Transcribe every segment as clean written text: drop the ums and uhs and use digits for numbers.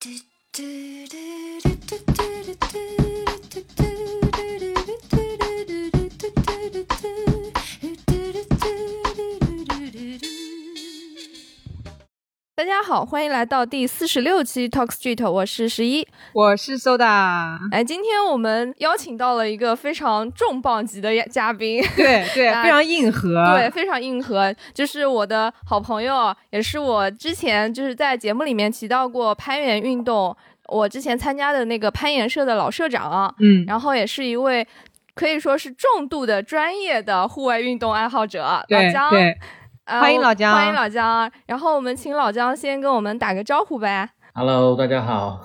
大家好，欢迎来到第46期 Talk Street， 我是11， 我是 Soda。 今天我们邀请到了一个非常重磅级的嘉宾， 对，非常硬核， 对，非常硬核，就是我的好朋友，也是我之前就是在节目里面提到过攀岩运动，我之前参加的那个攀岩社的老社长，然后也是一位可以说是重度的专业的户外运动爱好者，老姜。 对。欢迎老姜， 欢迎老姜。然后我们请老姜先跟我们打个招呼呗。 Hello， 大家好。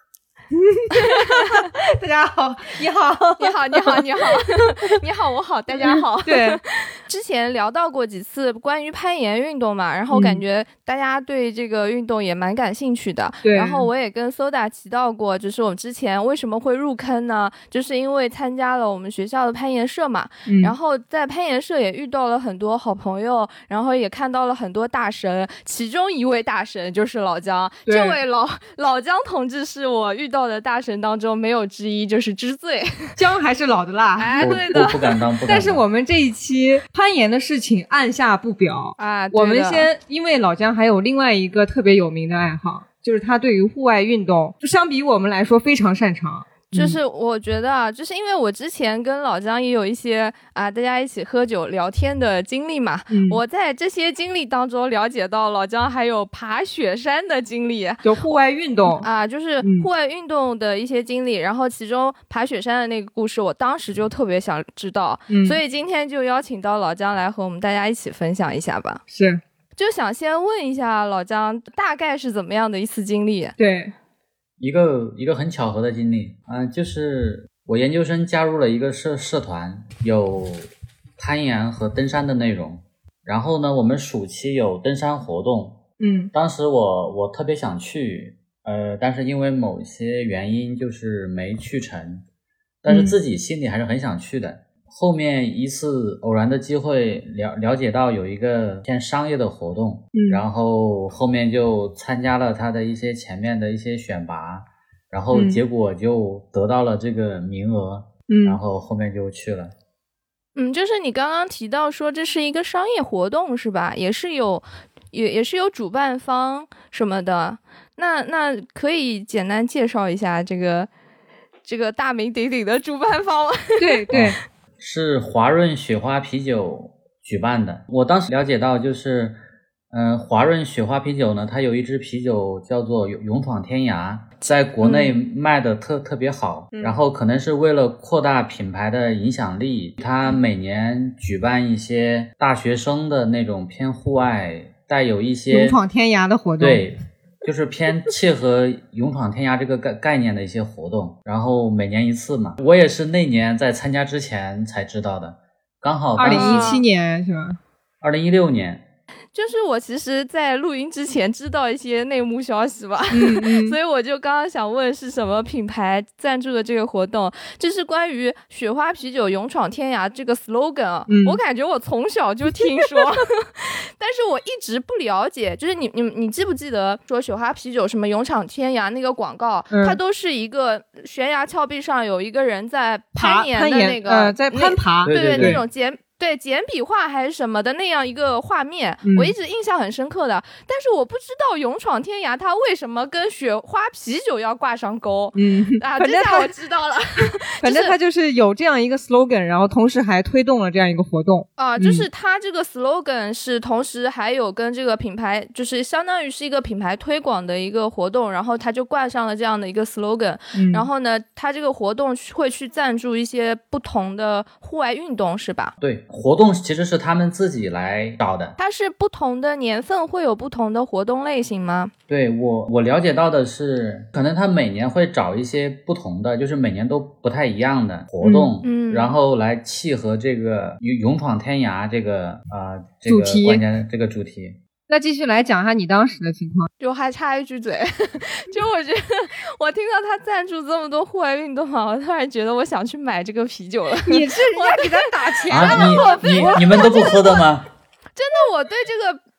大家好，你好， 你好，你好，你好，你好，我好，大家好。 对， 之前聊到过几次关于攀岩运动嘛，然后感觉大家对这个运动也蛮感兴趣的。 对， 然后我也跟 Soda 提到过，就是我们之前为什么会入坑呢？就是因为参加了我们学校的攀岩社嘛，然后在攀岩社也遇到了很多好朋友，然后也看到了很多大神，其中一位大神就是老姜。这位老姜同志是我遇到的大神当中没有之一，就是之最。 姜还是老的辣， 哎，对的， 不敢当。 但是我们这一期攀岩的事情按下不表啊， 我们先，因为老姜还有另外一个特别有名的爱好，就是他对于户外运动，就相比我们来说非常擅长。 就是我觉得啊，就是因为我之前跟老姜也有一些大家一起喝酒聊天的经历嘛，我在这些经历当中了解到老姜还有爬雪山的经历， 就户外运动啊，就是户外运动的一些经历，然后其中爬雪山的那个故事，我当时就特别想知道，所以今天就邀请到老姜来和我们大家一起分享一下吧。 是， 就想先问一下老姜，大概是怎么样的一次经历？ 对。 一个很巧合的经历就是我研究生加入了一个社团，有攀岩和登山的内容。然后呢，我们暑期有登山活动，当时我特别想去，但是因为某些原因就是没去成，但是自己心里还是很想去的。后面一次偶然的机会了解到有一个偏商业的活动，然后后面就参加了他的一些前面的一些选拔，然后结果就得到了这个名额，然后后面就去了。 就是你刚刚提到说这是一个商业活动是吧？也是有主办方什么的，那可以简单介绍一下这个大名鼎鼎的主办方吗？ 对。 是华润雪花啤酒举办的。我当时了解到就是华润雪花啤酒呢，它有一支啤酒叫做勇闯天涯，在国内卖的特别好，然后可能是为了扩大品牌的影响力，它每年举办一些大学生的那种偏户外带有一些勇闯天涯的活动， 对，就是偏切合勇闯天涯这个概念的一些活动，然后每年一次嘛。我也是那年在参加之前才知道的，刚好 2017年是吧 ？2016年。 就是我其实在录音之前知道一些内幕消息吧，所以我就刚刚想问是什么品牌赞助的这个活动，就是关于雪花啤酒勇闯天涯这个 slogan 我感觉我从小就听说但是我一直不了解，就是你记不记得说雪花啤酒什么勇闯天涯那个广告，它都是一个悬崖峭壁上有一个人在攀岩的那个在攀爬， 对那种简笔画还是什么的那样一个画面，我一直印象很深刻的。但是我不知道勇闯天涯它为什么跟雪花啤酒要挂上钩。这下我知道了。 反正它就是有这样一个 slogan， 然后同时还推动了这样一个活动就是它这个 slogan 是同时还有跟这个品牌，就是相当于是一个品牌推广的一个活动，然后它就挂上了这样的一个 slogan。然后呢，它这个活动会去赞助一些不同的户外运动是吧？ 对，活动其实是他们自己来找的。 它是不同的年份会有不同的活动类型吗？ 对，我了解到的是，可能他每年会找一些不同的，就是每年都不太一样的活动，然后来契合这个勇闯天涯这个主题， 关键这个主题。 那继续来讲一下你当时的情况。 就还插一句嘴，就我觉得我听到他赞助这么多户外运动嘛，我突然觉得我想去买这个啤酒了。 你是人家给他打钱了吗？ 你们都不喝的吗？ 真的，我对这个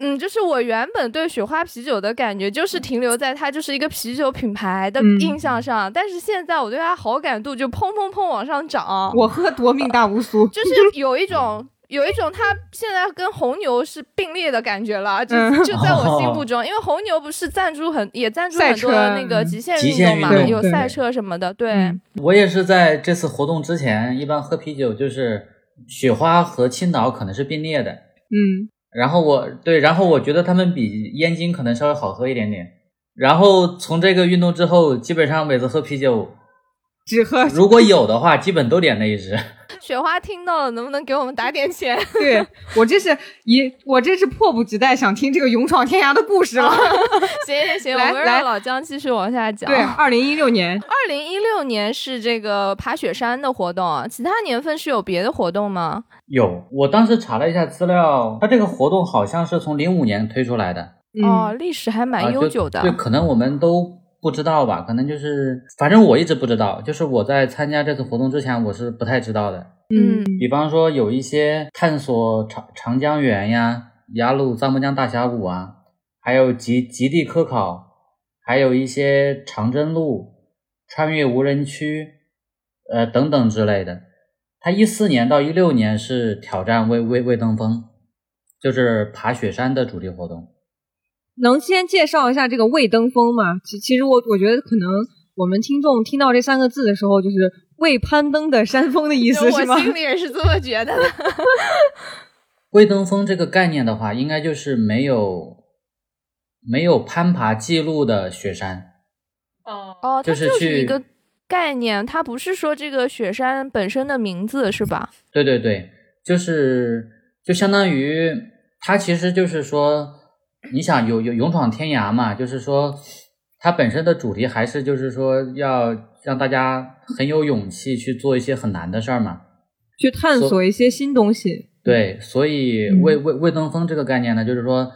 就是我原本对雪花啤酒的感觉就是停留在它就是一个啤酒品牌的印象上，但是现在我对它好感度就砰砰砰往上涨。 我喝夺命大乌苏， 就是有一种它现在跟红牛是并列的感觉了，就在我心目中，因为红牛不是也赞助很多那个极限运动嘛，有赛车什么的。对， 我也是在这次活动之前，一般喝啤酒就是雪花和青岛可能是并列的。然后我觉得他们比燕京可能稍微好喝一点点。然后从这个运动之后，基本上每次喝啤酒只喝， 如果有的话基本都点那一支。 雪花听到了，能不能给我们打点钱？ 对，我这是迫不及待想听这个勇闯天涯的故事了。 行，我们让老姜继续往下讲。 对，2016 年是这个爬雪山的活动，其他年份是有别的活动吗？ 有，我当时查了一下资料，它这个活动好像是从05年推出来的。 历史还蛮悠久的。 对，可能我们都不知道吧，可能就是反正我一直不知道，就是我在参加这次活动之前我是不太知道的。比方说有一些探索长江源呀、雅鲁藏布江大峡谷啊，还有极地科考，还有一些长征路、穿越无人区等等之类的。它14年到16年是挑战未登峰，就是爬雪山的主题活动。 能先介绍一下这个未登峰吗？其实我觉得可能我们听众听到这3个字的时候，就是未攀登的山峰的意思，是吗？ 我心里也是这么觉得的。 未登峰这个概念的话，应该就是没有攀爬记录的雪山。 它就是一个概念，它不是说这个雪山本身的名字，是吧？ 对，就相当于它其实就是说，你想有勇闯天涯嘛，就是说它本身的主题还是就是说要让大家很有勇气去做一些很难的事儿嘛， 去探索一些新东西。 对，所以未登峰这个概念呢，就是说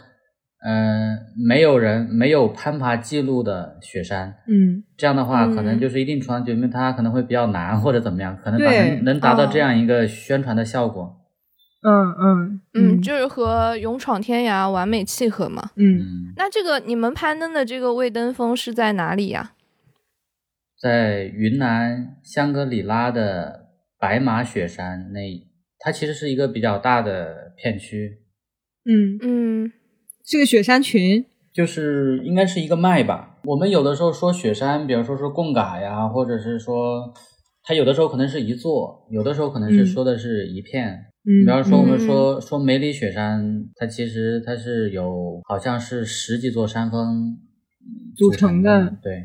没有攀爬记录的雪山。这样的话可能就是一定传觉得它可能会比较难或者怎么样，可能能达到这样一个宣传的效果。 就是和勇闯天涯完美契合嘛。那这个你们攀登的这个未登峰是在哪里呀？ 在云南香格里拉的白马雪山它其实是一个比较大的片区。 是个雪山群， 就是应该是一个脉吧。我们有的时候说雪山，比如说是贡嘎呀，或者是说它有的时候可能是一座，有的时候可能是说的是一片。比方说我们说梅里雪山，它其实它是有好像是10几座山峰组成的。对。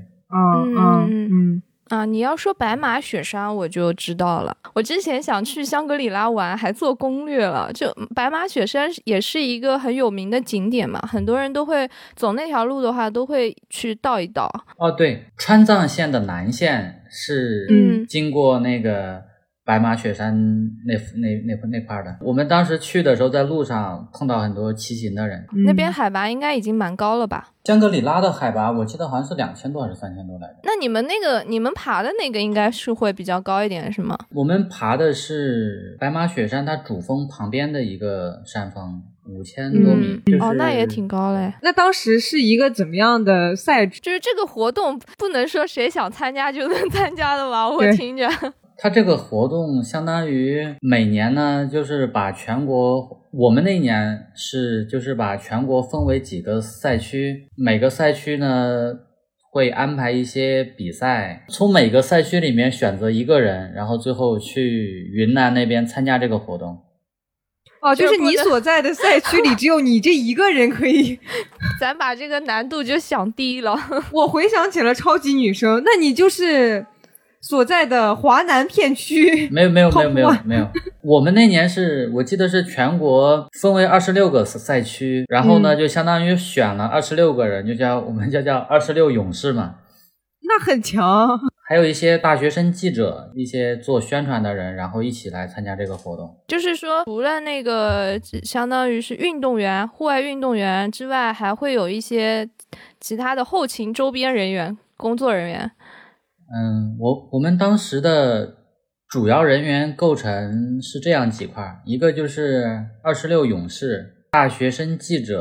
你要说白马雪山我就知道了，我之前想去香格里拉玩还做攻略了，就白马雪山也是一个很有名的景点嘛，很多人都会走那条路的话都会去倒一倒。 对，川藏线的南线是经过那个白马雪山那块的。我们当时去的时候在路上碰到很多骑行的人。 那边海拔应该已经蛮高了吧？ 香格里拉的海拔我记得好像是2000多还是3000多来着。 那你们爬的那个应该是会比较高一点是吗？ 我们爬的是白马雪山它主峰旁边的一个山峰，5000多米。 那也挺高嘞。 那当时是一个怎么样的赛制？ 就是这个活动不能说谁想参加就能参加的吧，我听着。 它这个活动相当于每年呢，就是把全国，我们那年就是把全国分为几个赛区，每个赛区呢会安排一些比赛，从每个赛区里面选择一个人，然后最后去云南那边参加这个活动。 就是你所在的赛区里只有你这一个人可以。 咱把这个难度就想低了。 我回想起了超级女声，那你就是所在的华南片区。 没有，我们那年我记得是全国分为26个赛区，然后呢就相当于选了26个人，我们叫26勇士嘛。 那很强。 还有一些大学生记者，一些做宣传的人，然后一起来参加这个活动。 就是说除了那个相当于是运动员、户外运动员之外，还会有一些其他的后勤周边人员、工作人员。 我们当时的主要人员构成是这样几块，一个就是26勇士、大学生记者，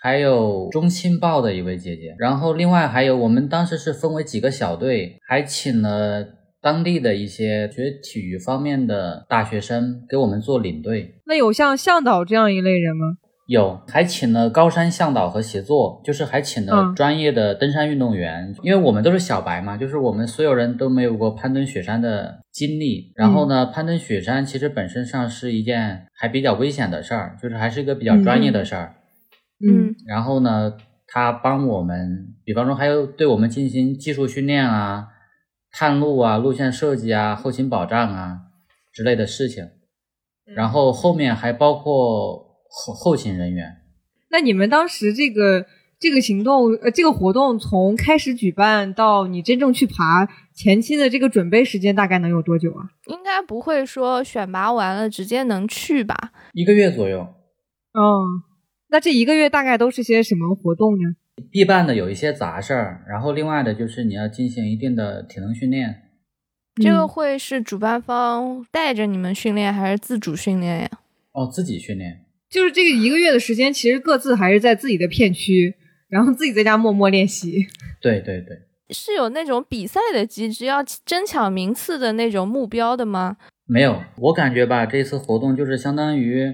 还有中青报的一位姐姐，然后另外还有我们当时是分为几个小队，还请了当地的一些学体育方面的大学生给我们做领队。 那有像向导这样一类人吗？ 有，还请了高山向导和协作，就是还请了专业的登山运动员，因为我们都是小白嘛，就是我们所有人都没有过攀登雪山的经历，然后呢，攀登雪山其实本身上是一件还比较危险的事儿，就是还是一个比较专业的事儿。然后呢，他帮我们，比方说还有对我们进行技术训练啊、探路啊、路线设计啊、后勤保障啊之类的事情，然后后面还包括后勤人员。 那你们当时这个行动这个活动从开始举办到你真正去爬前期的这个准备时间大概能有多久啊？ 应该不会说选拔完了直接能去吧 ？1个月左右。 那这1个月大概都是些什么活动呢？ 必办的有一些杂事儿，然后另外的就是你要进行一定的体能训练。 这个会是主办方带着你们训练还是自主训练呀？ 自己训练。 就是这个1个月的时间其实各自还是在自己的片区，然后自己在家默默练习。 对对对。 是有那种比赛的机制要争抢名次的那种目标的吗？ 没有，我感觉吧，这次活动就是相当于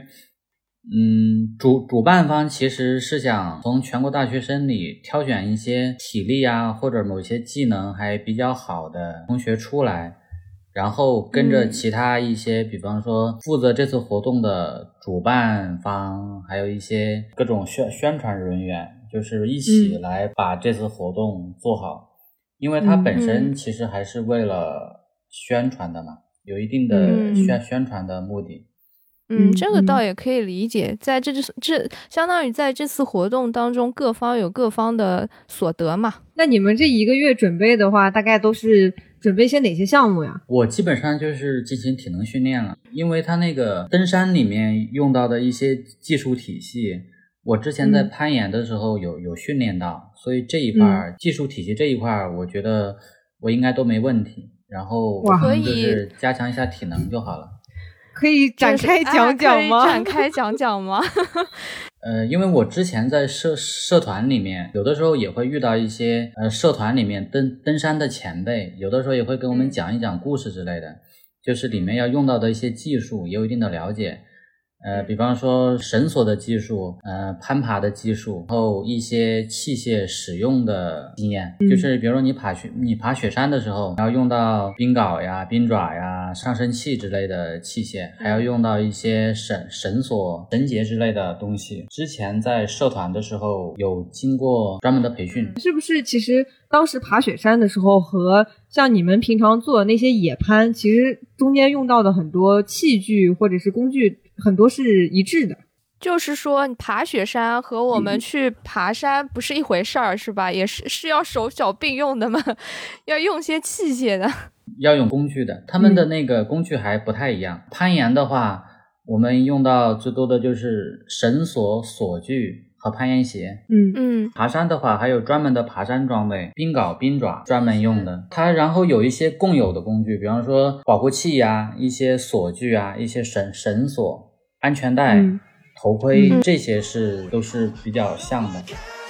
主办方其实是想从全国大学生里挑选一些体力啊或者某些技能还比较好的同学出来，然后跟着其他一些比方说负责这次活动的主办方还有一些各种宣传人员，就是一起来把这次活动做好。因为它本身其实还是为了宣传的嘛，有一定的宣传的目的。 这个倒也可以理解，在这相当于在这次活动当中各方有各方的所得嘛。 那你们这1个月准备的话大概都是准备些哪些项目呀？ 我基本上就是进行体能训练了，因为它那个登山里面用到的一些技术体系我之前在攀岩的时候有训练到，所以这一块技术体系这一块我觉得我应该都没问题，然后我可能就是加强一下体能就好了。 可以展开讲讲吗？ 可以展开讲讲吗？ 因为我之前在社团里面有的时候也会遇到一些社团里面登山的前辈，有的时候也会跟我们讲一讲故事之类的，就是里面要用到的一些技术也有一定的了解。比方说绳索的技术，攀爬的技术，然后一些器械使用的经验，就是比如说你爬雪山的时候，要用到冰镐呀、冰爪呀、上升器之类的器械，还要用到一些绳索、绳结之类的东西。之前在社团的时候有经过专门的培训。 是不是其实当时爬雪山的时候和像你们平常做的那些野攀，其实中间用到的很多器具或者是工具很多是一致的？ 就是说你爬雪山和我们去爬山不是一回事儿，是吧？也是要手脚并用的嘛，要用些器械的， 要用工具的，他们的那个工具还不太一样。攀岩的话我们用到最多的就是绳索、索具和攀岩鞋。爬山的话还有专门的爬山装备，冰镐、冰爪专门用的。它然后有一些共有的工具，比方说保护器呀、一些索具啊、一些绳索、安全带、头盔，这些都是比较像的。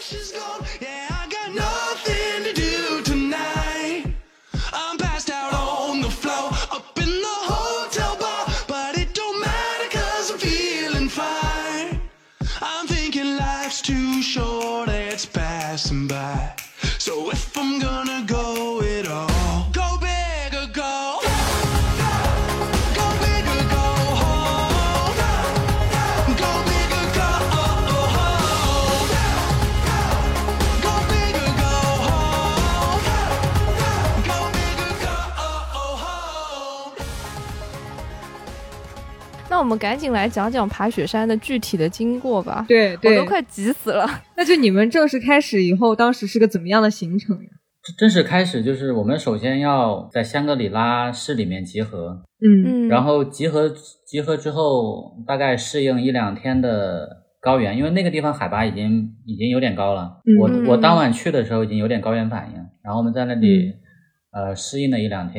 Too short, it's passing by. So if I'm gonna go it all, go big or go, go big or go home, go big or go home, go big or go home, go big or go home. 那我们赶紧来讲讲爬雪山的具体的经过吧。 对， 我都快急死了。 那就你们正式开始以后，当时是个怎么样的行程呀？ 正式开始就是我们首先要在香格里拉市里面集合，然后集合之后大概适应1-2天的高原，因为那个地方海拔已经有点高了。我当晚去的时候已经有点高原反应，然后我们在那里适应了1-2天。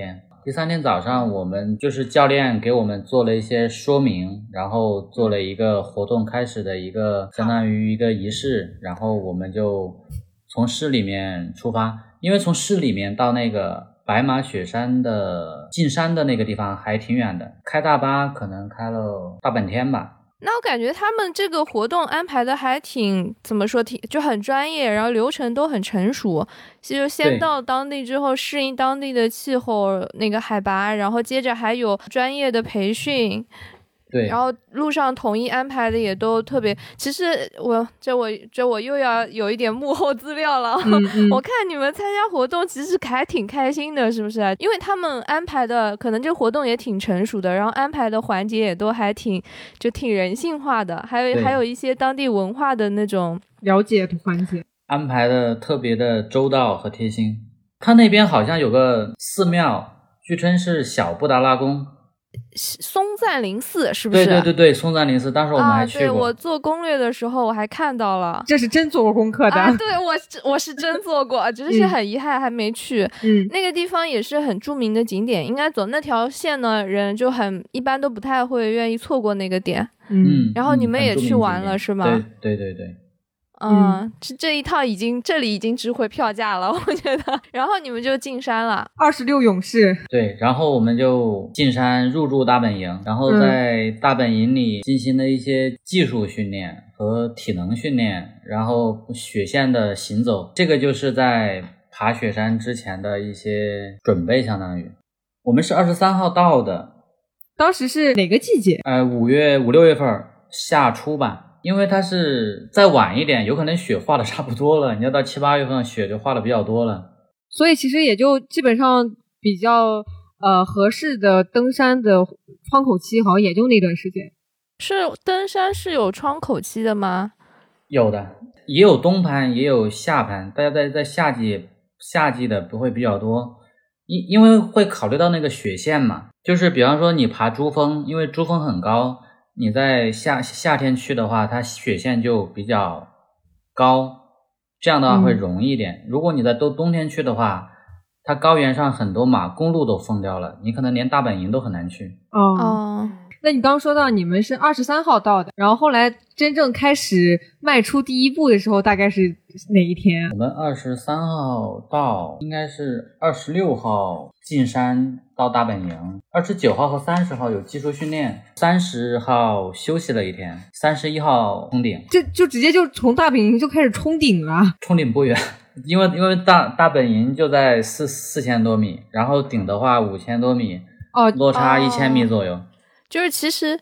第3天早上我们就是教练给我们做了一些说明，然后做了一个活动开始的一个相当于一个仪式，然后我们就从市里面出发，因为从市里面到那个白马雪山的进山的那个地方还挺远的，开大巴可能开了大半天吧。 那我感觉他们这个活动安排的还挺怎么说，就很专业，然后流程都很成熟，就先到当地之后适应当地的气候那个海拔，然后接着还有专业的培训。 对， 然后路上统一安排的也都特别。其实我又要有一点幕后资料了。我看你们参加活动其实还挺开心的，是不是？因为他们安排的可能这个活动也挺成熟的，然后安排的环节也都还挺人性化的，还有一些当地文化的那种了解的环节， 安排的特别的周到和贴心。他那边好像有个寺庙，据称是小布达拉宫。 松赞林寺是不是？ 对，松赞林寺，当时我们还去过。 对，我做攻略的时候我还看到了。 这是真做过功课的。 对，我是真做过，只是很遗憾还没去。那个地方也是很著名的景点，应该走那条线呢，人就一般都不太会愿意错过那个点。然后你们也去玩了是吗？ 对。 这一套这里已经值回票价了，我觉得。然后你们就进山了 ，26勇士。 对，然后我们就进山入住大本营，然后在大本营里进行了一些技术训练和体能训练，然后雪线的行走，这个就是在爬雪山之前的一些准备，相当于我们是23号到的。 当时是哪个季节 ？5月5、6月份夏初吧。因为它是再晚一点，有可能雪化的差不多了，你要到7、8月份雪就化的比较多了， 所以其实也就基本上比较合适的登山的窗口期好像也就那段时间。 是登山是有窗口期的吗？ 有的，也有冬攀也有夏攀，大家在夏季的不会比较多，因为会考虑到那个雪线嘛，就是比方说你爬珠峰，因为珠峰很高，你在夏天去的话，它雪线就比较高，这样的话会容易一点。如果你在冬天去的话，它高原上很多公路都封掉了，你可能连大本营都很难去。 那你刚说到你们是23号到的，然后后来真正开始迈出第一步的时候大概是哪一天？ 我们23号到，应该是26号进山到大本营，29号和30号有技术训练，30号休息了一天，31号冲顶。 这就直接就从大本营就开始冲顶了？ 冲顶不远，因为大本营就在4000多米，然后顶的话5000多米，落差1000米左右。 就是其实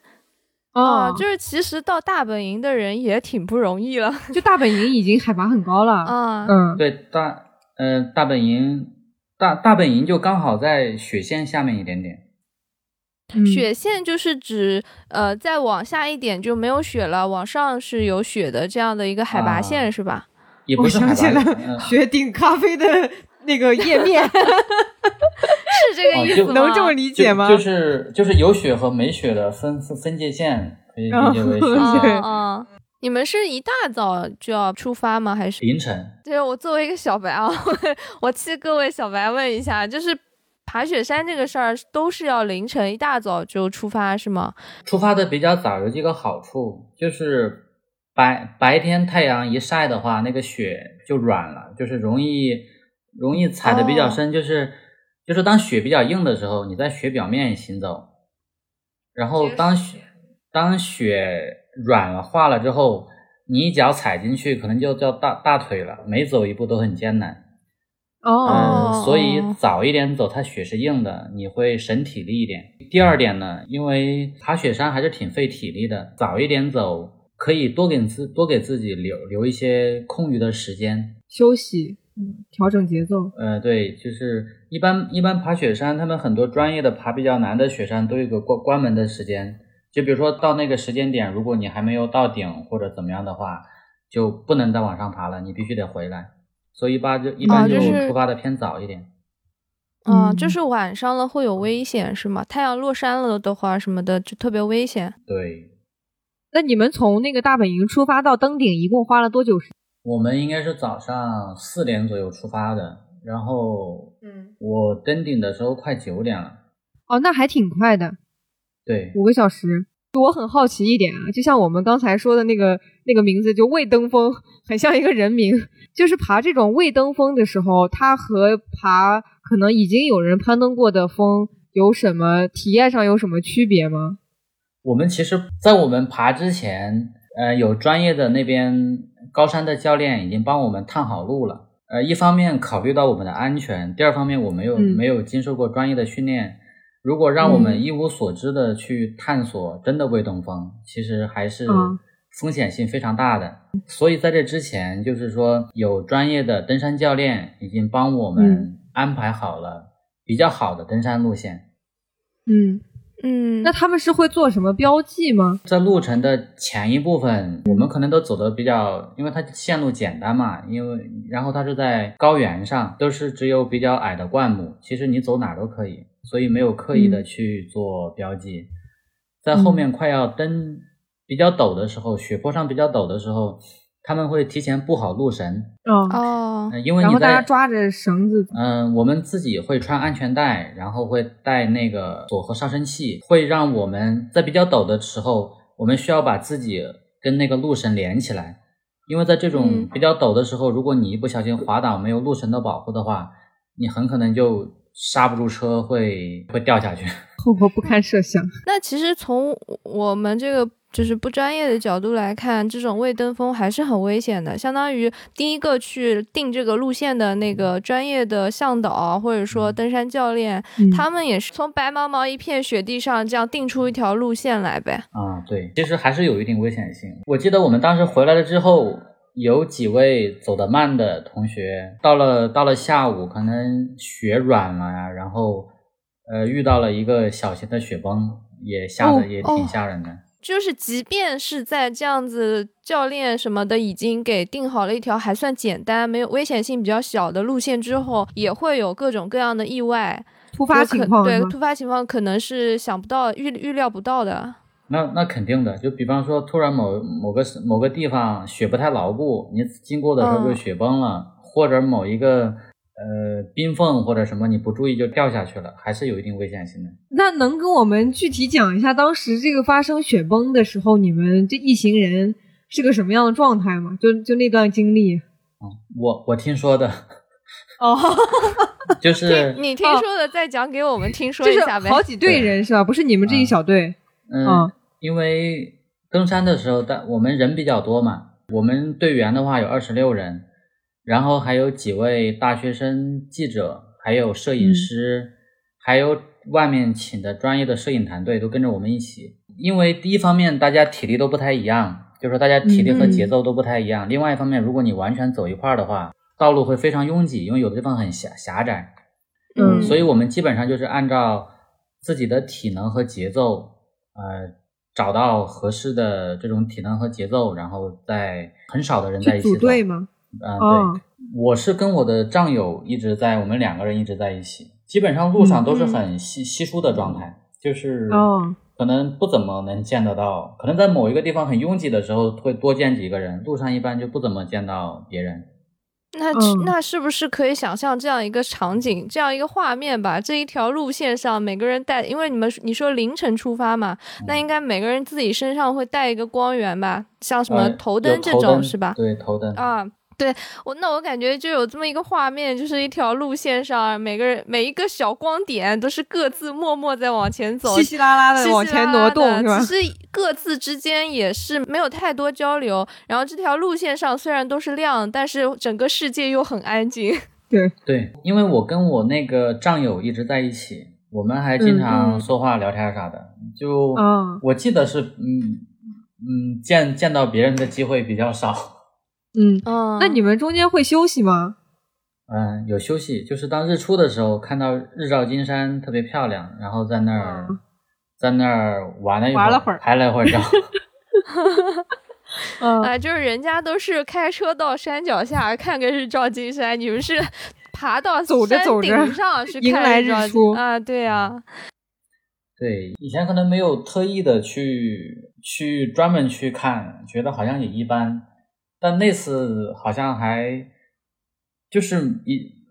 到大本营的人也挺不容易了， 就大本营已经海拔很高了。 对，大本营就刚好在雪线下面一点点。 雪线就是指再往下一点就没有雪了，往上是有雪的这样的一个海拔线是吧？ 也不是海拔， 我想起了雪顶咖啡的那个页面。 是这个意思吗？ 能这么理解吗？ 就是有雪和没雪的分界线，可以理解为雪线。 你们是一大早就要出发吗？还是凌晨？ 对，我作为一个小白啊，我替各位小白问一下，就是爬雪山这个事儿都是要凌晨一大早就出发是吗？ 出发的比较早有几个好处，就是白天太阳一晒的话，那个雪就软了，就是容易踩得比较深，就是当雪比较硬的时候，你在雪表面行走，然后当雪软了化了之后，你一脚踩进去可能就叫大腿了，每走一步都很艰难。所以早一点走，它雪是硬的，你会省体力一点。第二点呢，因为爬雪山还是挺费体力的，早一点走可以多给自己留一些空余的时间休息。调整节奏。 对，就是一般爬雪山，他们很多专业的爬比较难的雪山都有一个关门的时间，就比如说到那个时间点，如果你还没有到顶或者怎么样的话，就不能再往上爬了，你必须得回来。所以一般就出发的偏早一点。 就是晚上了会有危险是吗？太阳落山了的话什么的就特别危险。 对。 那你们从那个大本营出发到登顶一共花了多久时间？ 我们应该是早上4点左右出发的，然后我登顶的时候快9点了。 哦，那还挺快的。 对 ，5个小时。我很好奇一点啊，就像我们刚才说的那个名字，就未登峰，很像一个人名。就是爬这种未登峰的时候，它和爬可能已经有人攀登过的峰有什么体验上有什么区别吗？ 我们其实在我们爬之前，有专业的那边高山的教练已经帮我们探好路了。一方面考虑到我们的安全，第二方面我们又没有经受过专业的训练。如果让我们一无所知的去探索真的未登峰，其实还是风险性非常大的。所以在这之前，就是说有专业的登山教练已经帮我们安排好了比较好的登山路线。 那他们是会做什么标记吗？ 在路程的前一部分，我们可能都走得比较，因为它线路简单嘛，然后它是在高原上，都是只有比较矮的灌木，其实你走哪儿都可以，所以没有刻意的去做标记。在后面快要登比较陡的时候，雪坡上比较陡的时候，他们会提前布好路绳。因为你然后大家抓着绳子。 我们自己会穿安全带，然后会带那个锁和上升器，会让我们在比较陡的时候，我们需要把自己跟那个路绳连起来。因为在这种比较陡的时候，如果你一不小心滑倒，没有路绳的保护的话，你很可能就刹不住车，会掉下去， 后果不堪设想。 那其实从我们这个就是不专业的角度来看，这种未登峰还是很危险的。相当于第一个去定这个路线的那个专业的向导或者说登山教练，他们也是从白茫茫一片雪地上这样定出一条路线来呗。 对，其实还是有一定危险性。我记得我们当时回来了之后，有几位走得慢的同学，到了下午，可能雪软了呀，然后遇到了一个小型的雪崩，也吓得也挺吓人的。 就是即便是在这样子教练什么的已经给定好了一条还算简单没有危险性比较小的路线之后，也会有各种各样的意外突发情况。 对，突发情况可能是想不到预料不到的。 那肯定的，就比方说突然某个地方雪不太牢固，你经过的时候就雪崩了，或者某一个冰缝或者什么你不注意就掉下去了，还是有一定危险性的。 那能跟我们具体讲一下当时这个发生雪崩的时候，你们这一行人是个什么样的状态吗？就那段经历。 我听说的。就是你听说的再讲给我们听说一下呗。 就是好几队人是吧？不是你们这一小队。 因为登山的时候我们人比较多嘛，我们队员的话有26人，然后还有几位大学生记者，还有摄影师，还有外面请的专业的摄影团队都跟着我们一起。因为第一方面大家体力都不太一样，就是说大家体力和节奏都不太一样。另外一方面，如果你完全走一块的话，道路会非常拥挤，因为有的地方很狭窄。所以我们基本上就是按照自己的体能和节奏找到合适的这种体能和节奏，然后在很少的人在一起走。 组队吗？ 对，我是跟我的战友我们2个人一直在一起，基本上路上都是很稀疏的状态，就是可能不怎么能见得到，可能在某一个地方很拥挤的时候会多见几个人，路上一般就不怎么见到别人。 那是不是可以想象这样一个场景，这样一个画面吧？这一条路线上每个人带，因为你说凌晨出发嘛，那应该每个人自己身上会带一个光源吧，像什么头灯这种是吧？ 对，头灯对，我感觉就有这么一个画面，就是一条路线上每一个小光点都是各自默默在往前走， 稀稀拉拉的往前挪动，是吧？ 其实各自之间也是没有太多交流，然后这条路线上虽然都是亮，但是整个世界又很安静。 对，因为我跟我那个战友一直在一起，我们还经常说话聊天啥的，就我记得是见到别人的机会比较少。 那你们中间会休息吗？ 有休息，就是当日出的时候看到日照金山特别漂亮，然后在那儿玩了一会儿，拍了一会儿照。 就是人家都是开车到山脚下看个日照金山，你们是爬到山顶上去看日出啊？对啊， 对，以前可能没有特意的去专门去看，觉得好像也一般。但那次好像还就是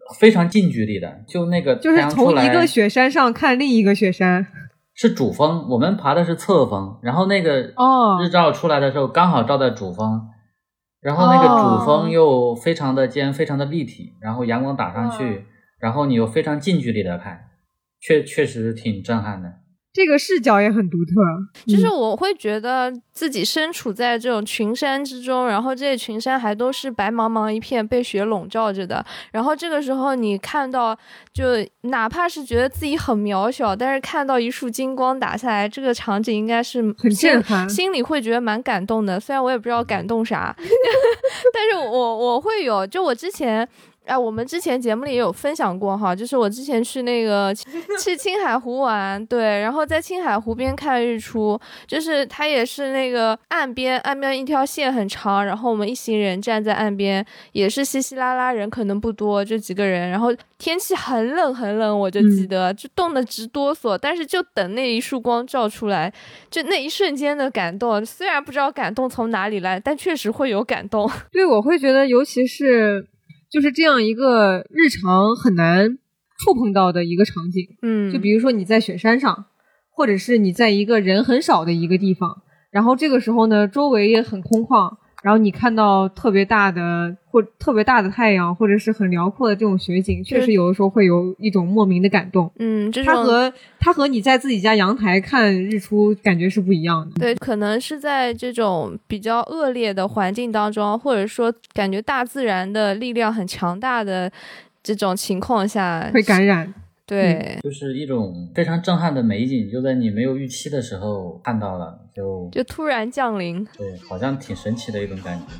非常近距离的，就那个就是从一个雪山上看另一个雪山。 是主峰，我们爬的是侧峰，然后那个日照出来的时候刚好照在主峰，然后那个主峰又非常的尖，非常的立体，然后阳光打上去，然后你又非常近距离的看，确实挺震撼的。 这个视角也很独特， 就是我会觉得自己身处在这种群山之中，然后这些群山还都是白茫茫一片被雪笼罩着的，然后这个时候你看到，就哪怕是觉得自己很渺小，但是看到一束金光打下来，这个场景应该是很震撼， 心里会觉得蛮感动的，虽然我也不知道感动啥但是我会有，就我之前我们之前节目里也有分享过哈，就是我之前去青海湖玩，对，然后在青海湖边看日出，就是它也是那个岸边一条线很长，然后我们一行人站在岸边，也是稀稀拉拉，人可能不多，就几个人，然后天气很冷，我就记得就冻得直哆嗦，但是就等那一束光照出来，就那一瞬间的感动，虽然不知道感动从哪里来，但确实会有感动。 对，我会觉得尤其是就是这样一个日常很难触碰到的一个场景，就比如说你在雪山上，或者是你在一个人很少的一个地方，然后这个时候呢，周围也很空旷，然后你看到特别大的太阳，或者是很辽阔的这种雪景，确实有的时候会有一种莫名的感动。它和你在自己家阳台看日出感觉是不一样的。 对，可能是在这种比较恶劣的环境当中，或者说感觉大自然的力量很强大的这种情况下会感染。 对， 就是一种非常震撼的美景，就在你没有预期的时候看到了，就突然降临， 对，好像挺神奇的一种感觉。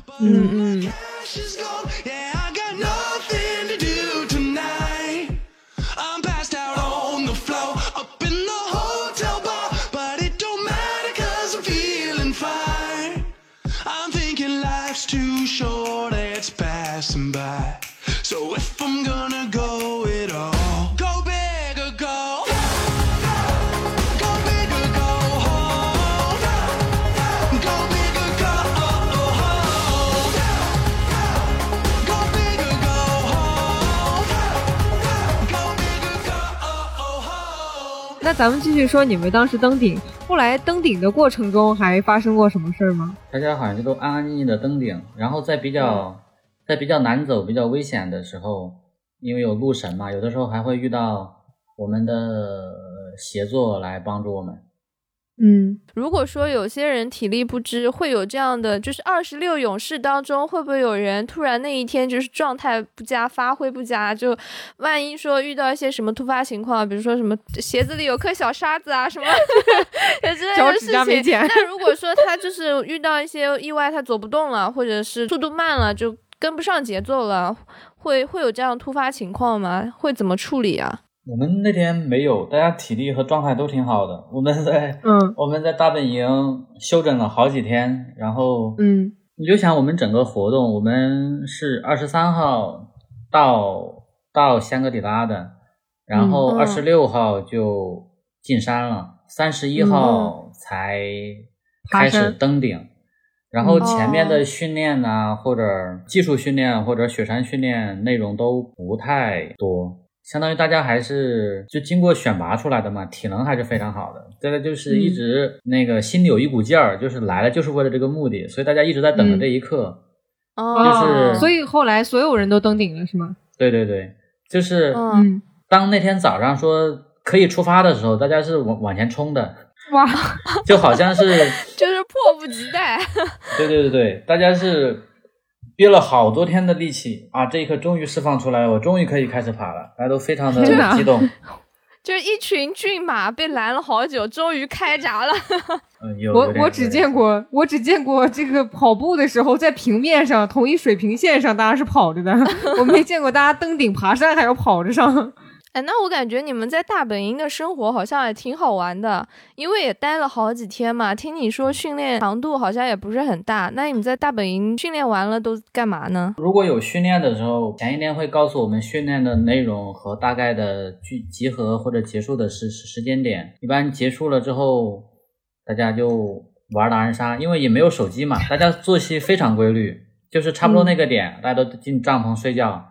那咱们继续说你们当时登顶，后来登顶的过程中还发生过什么事儿吗？ 大家好像就都安安静静的登顶，然后在比较难走、比较危险的时候，因为有路神嘛，有的时候还会遇到我们的协作来帮助我们。 如果说有些人体力不支，会有这样的，就是26勇士当中会不会有人突然那一天就是状态不佳，发挥不佳，就万一说遇到一些什么突发情况，比如说什么鞋子里有颗小沙子啊什么之类的事情，那如果说他就是遇到一些意外，他走不动了，或者是速度慢了，就跟不上节奏了，会有这样突发情况吗？会怎么处理啊？ 我们那天没有，大家体力和状态都挺好的。我们在大本营休整了好几天，然后你就想我们整个活动，我们是23号到香格里拉的，然后26号就进山了，31号才开始登顶。然后前面的训练啊，或者技术训练或者雪山训练内容都不太多，相当于大家还是就经过选拔出来的嘛，体能还是非常好的。这个就是一直那个心里有一股劲儿，就是来了就是为了这个目的，所以大家一直在等着这一刻。就是所以后来所有人都登顶了是吗？ 对对对，就是当那天早上说可以出发的时候，大家是往前冲的。 哇， 就好像是就是迫不及待。 对，大家是憋了好多天的力气啊，这一刻终于释放出来了，我终于可以开始爬了，大家都非常的激动。 就是一群骏马被拦了好久，终于开闸了。 我只见过这个跑步的时候在平面上同一水平线上大家是跑着的，我没见过大家登顶爬山还要跑着上。 那我感觉你们在大本营的生活好像也挺好玩的，因为也待了好几天嘛。听你说训练强度好像也不是很大，那你们在大本营训练完了都干嘛呢？ 如果有训练的时候，前一天会告诉我们训练的内容和大概的集合或者结束的时间点。一般结束了之后，大家就玩狼人杀，因为也没有手机嘛，大家作息非常规律，就是差不多那个点，大家都进帐篷睡觉。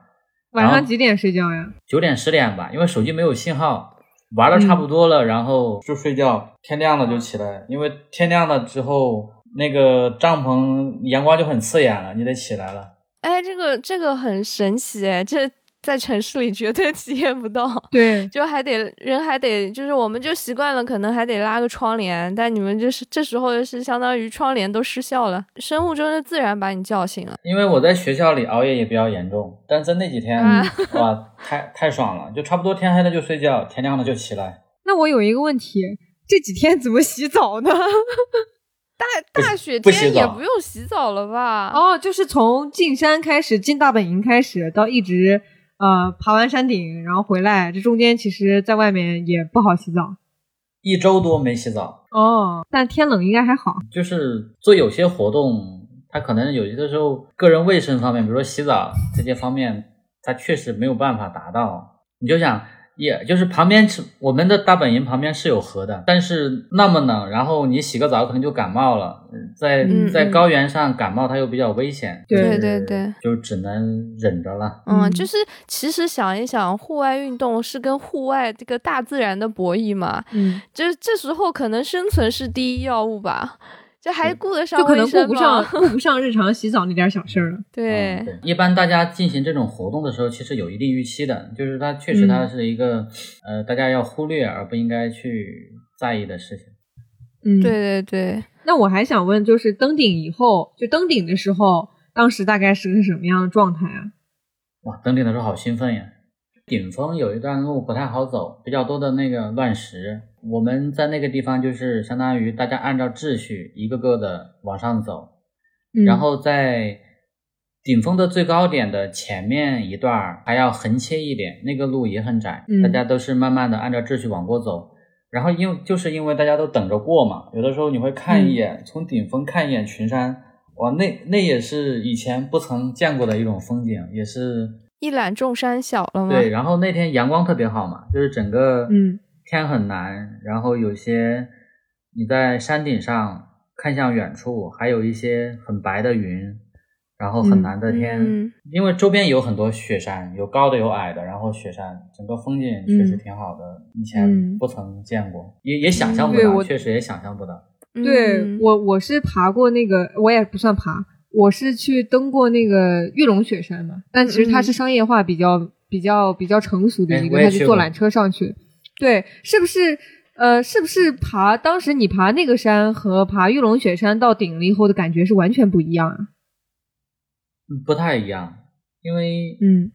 晚上几点睡觉呀 ？9点10点吧，因为手机没有信号，玩的差不多了，然后就睡觉，天亮了就起来，因为天亮了之后那个帐篷阳光就很刺眼了，你得起来了。 哎，这个很神奇哎，这在城市里绝对体验不到。 对， 就人还得就是我们就习惯了，可能还得拉个窗帘，但你们就是这时候就是相当于窗帘都失效了，生物钟就自然把你叫醒了。 因为我在学校里熬夜也比较严重，但是那几天哇太爽了，就差不多天黑了就睡觉，天亮了就起来。 那我有一个问题，这几天怎么洗澡呢？ 大雪天也不用洗澡了吧？ 哦，就是从进山开始，进大本营开始，到一直爬完山顶，然后回来，这中间其实在外面也不好洗澡 ，1周多没洗澡。 哦，但天冷应该还好。 就是做有些活动，它可能有些的时候个人卫生方面，比如说洗澡这些方面，它确实没有办法达到。你就想，也就是旁边我们的大本营旁边是有河的，但是那么冷，然后你洗个澡可能就感冒了，在高原上感冒它又比较危险， 对， 就只能忍着了。 就是其实想一想，户外运动是跟户外这个大自然的博弈嘛，这时候可能生存是第一要务吧。这还顾得上卫生吗？ 就可能顾不上日常洗澡那点小事了。 对， 一般大家进行这种活动的时候，其实有一定预期的，就是它确实它是一个大家要忽略而不应该去在意的事情。 对。 那我还想问，就是登顶以后，就登顶的时候，当时大概是个什么样的状态啊？ 哇，登顶的时候好兴奋呀！顶峰有一段路不太好走，比较多的那个乱石。我们在那个地方就是相当于大家按照秩序一个个的往上走，然后在顶峰的最高点的前面一段还要横切一点，那个路也很窄，大家都是慢慢的按照秩序往过走。然后就是因为大家都等着过嘛，有的时候你会看一眼，从顶峰看一眼群山，哇，那也是以前不曾见过的一种风景，也是一览众山小了吗？ 对，然后那天阳光特别好嘛，就是整个天很蓝，然后有些你在山顶上看向远处，还有一些很白的云，然后很蓝的天，因为周边有很多雪山，有高的有矮的，然后雪山整个风景确实挺好的，以前不曾见过，也想象不到，确实也想象不到。 对，我是爬过那个，我也不算爬，我是去登过那个玉龙雪山嘛，但其实它是商业化比较成熟的一个，它是坐缆车上去。对，是不是当时你爬那个山和爬玉龙雪山到顶了以后的感觉是完全不一样啊？ 不太一样，因为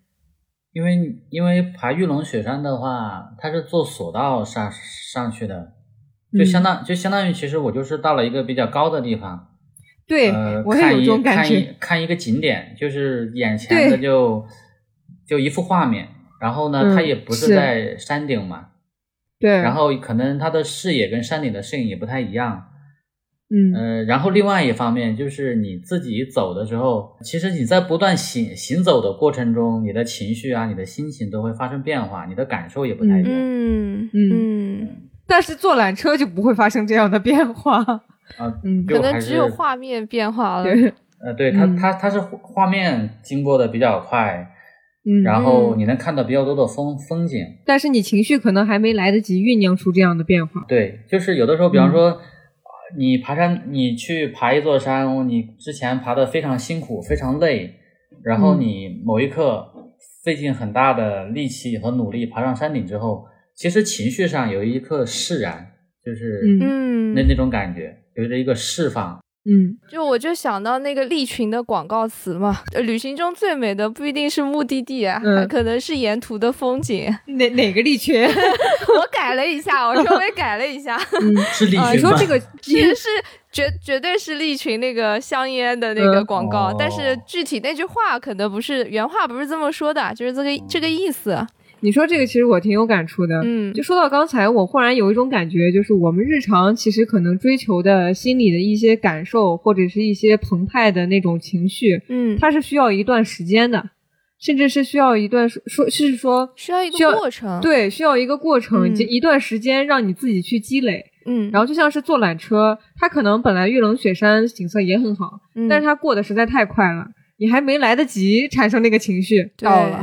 爬玉龙雪山的话，它是坐索道上去的，就相当于其实我就是到了一个比较高的地方， 对，我也有这种感觉， 看一个景点，就是眼前的就一幅画面，然后呢，它也不是在山顶嘛， 对， 然后可能它的视野跟山顶的视野也不太一样。然后另外一方面就是你自己走的时候，其实你在不断行走的过程中，你的情绪啊，你的心情都会发生变化，你的感受也不太一样。 但是坐缆车就不会发生这样的变化可能只有画面变化了。 对，它是画面经过的比较快，然后你能看到比较多的风景， 但是你情绪可能还没来得及酝酿出这样的变化。 对，就是有的时候，比方说你爬山，你去爬一座山，你之前爬得非常辛苦非常累，然后你某一刻费尽很大的力气和努力爬上山顶之后，其实情绪上有一刻释然，就是那种感觉，有着一个释放。 我就想到那个利群的广告词嘛，旅行中最美的不一定是目的地啊，可能是沿途的风景。 哪个利群？ 我改了一下，我稍微改了一下。 是利群吗？ 你说这个是绝对是利群那个香烟的那个广告，但是具体那句话可能不是原话，不是这么说的，就是这个意思。 你说这个其实我挺有感触的，就说到刚才，我忽然有一种感觉，就是我们日常其实可能追求的心理的一些感受，或者是一些澎湃的那种情绪，它是需要一段时间的，甚至是需要一段需要一个过程， 对，需要一个过程，一段时间让你自己去积累。然后就像是坐缆车，它可能本来玉龙雪山景色也很好，但是它过得实在太快了，你还没来得及产生那个情绪，到了。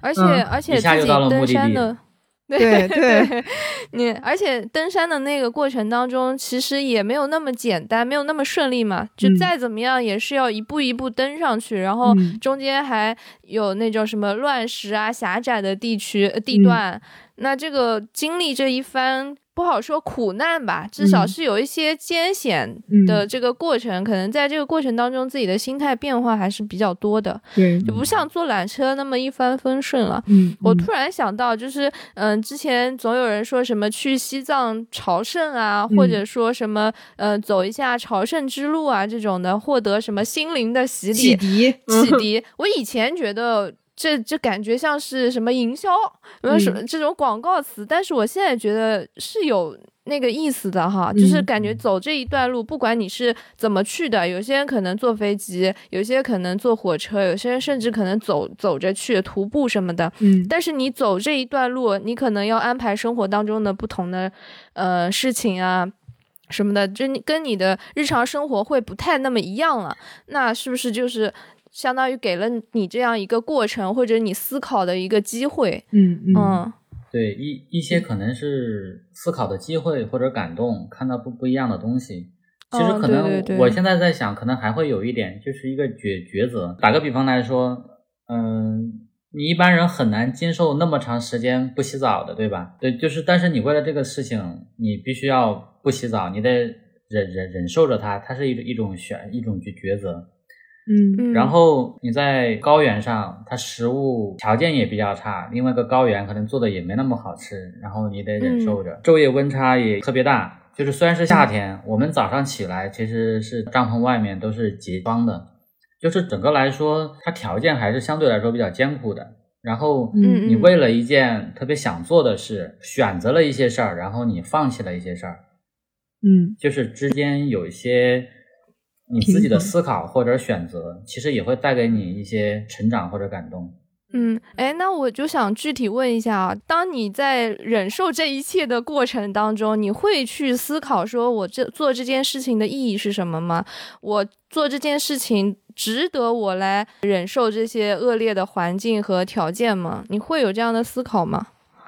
而且自己登山的。 对而且登山的那个过程当中，其实也没有那么简单，没有那么顺利嘛。就再怎么样，也是要一步一步登上去，然后中间还有那种什么乱石啊、狭窄的地段。那这个经历这一番不好说苦难吧，至少是有一些艰险的这个过程，可能在这个过程当中自己的心态变化还是比较多的，就不像坐缆车那么一帆风顺了。我突然想到，就是之前总有人说什么去西藏朝圣啊，或者说什么走一下朝圣之路啊这种的，获得什么心灵的洗涤。我以前觉得这感觉像是什么营销，什么这种广告词，但是我现在觉得是有那个意思的哈，就是感觉走这一段路，不管你是怎么去的，有些人可能坐飞机，有些可能坐火车，有些人甚至可能走着去徒步什么的。但是你走这一段路，你可能要安排生活当中的不同的事情啊什么的，就跟你的日常生活会不太那么一样了。那是不是就是相当于给了你这样一个过程，或者你思考的一个机会？ 对，一些可能是思考的机会或者感动，看到不一样的东西。其实可能我现在在想，可能还会有一点，就是一个抉择。打个比方来说，你一般人很难经受那么长时间不洗澡的，对吧？对，就是但是你为了这个事情，你必须要不洗澡，你得忍受着它是一种抉择。然后你在高原上，它食物条件也比较差，另外一个高原可能做的也没那么好吃，然后你得忍受着。昼夜温差也特别大，就是虽然是夏天，我们早上起来其实是帐篷外面都是结霜的，就是整个来说它条件还是相对来说比较艰苦的。然后你为了一件特别想做的事，选择了一些事儿，然后你放弃了一些事儿，就是之间有一些你自己的思考或者选择，其实也会带给你一些成长或者感动。 那我就想具体问一下啊，当你在忍受这一切的过程当中，你会去思考说我做这件事情的意义是什么吗？我做这件事情值得我来忍受这些恶劣的环境和条件吗？你会有这样的思考吗？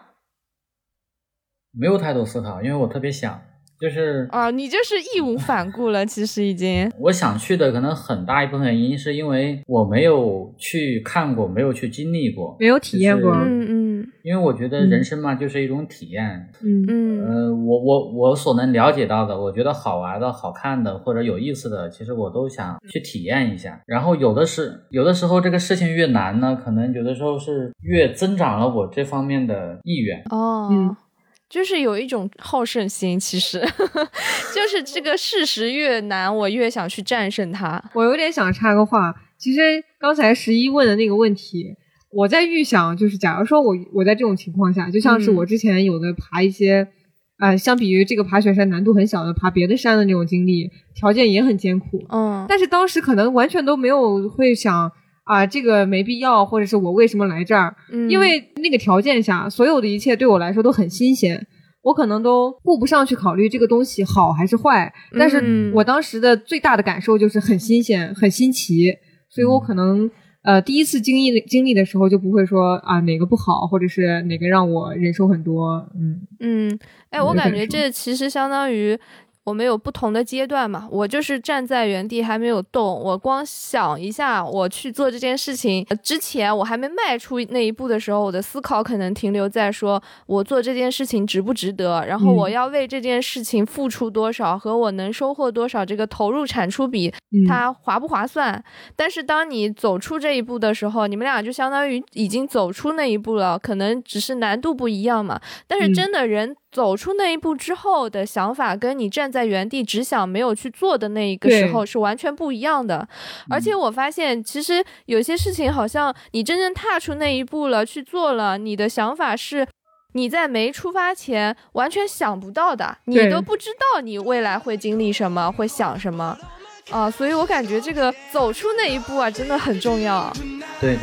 没有太多思考，因为我特别想就是你就是义无反顾了。其实已经我想去的可能很大一部分原因是因为我没有去看过，没有去经历过， 没有体验过。 因为我觉得人生嘛，就是一种体验。我所能了解到的，我觉得好玩的、好看的或者有意思的，其实我都想去体验一下。然后有的时候这个事情越难呢，可能有的时候是越增长了我这方面的意愿。 就是有一种好胜心，其实就是这个事实越难，我越想去战胜它。 我有点想插个话，其实刚才11问的那个问题，我在预想，就是假如说我在这种情况下，就像是我之前有的爬一些相比于这个爬雪山难度很小的爬别的山的那种经历，条件也很艰苦。但是当时可能完全都没有会想这个没必要，或者是我为什么来这儿？因为那个条件下，所有的一切对我来说都很新鲜，我可能都顾不上去考虑这个东西好还是坏。但是我当时的最大的感受就是很新鲜、很新奇，所以我可能第一次经历的时候就不会说哪个不好，或者是哪个让我忍受很多。 我感觉这其实相当于我们有不同的阶段嘛，我就是站在原地还没有动，我光想一下我去做这件事情之前，我还没迈出那一步的时候，我的思考可能停留在说我做这件事情值不值得，然后我要为这件事情付出多少和我能收获多少，这个投入产出比它划不划算。但是当你走出这一步的时候，你们俩就相当于已经走出那一步了，可能只是难度不一样嘛，但是真的人走出那一步之后的想法跟你站在原地只想没有去做的那一个时候是完全不一样的。而且我发现其实有些事情好像你真正踏出那一步了去做了，你的想法是你在没出发前完全想不到的，你都不知道你未来会经历什么，会想什么所以我感觉这个走出那一步真的很重要。 对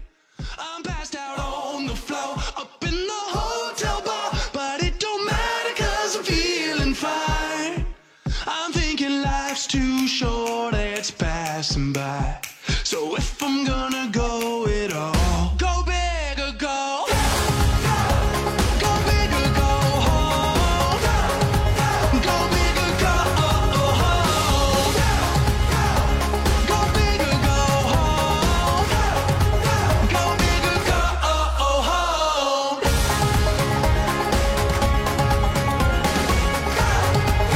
Life's too short, it's passing by. So if I'm gonna go it all, go big or go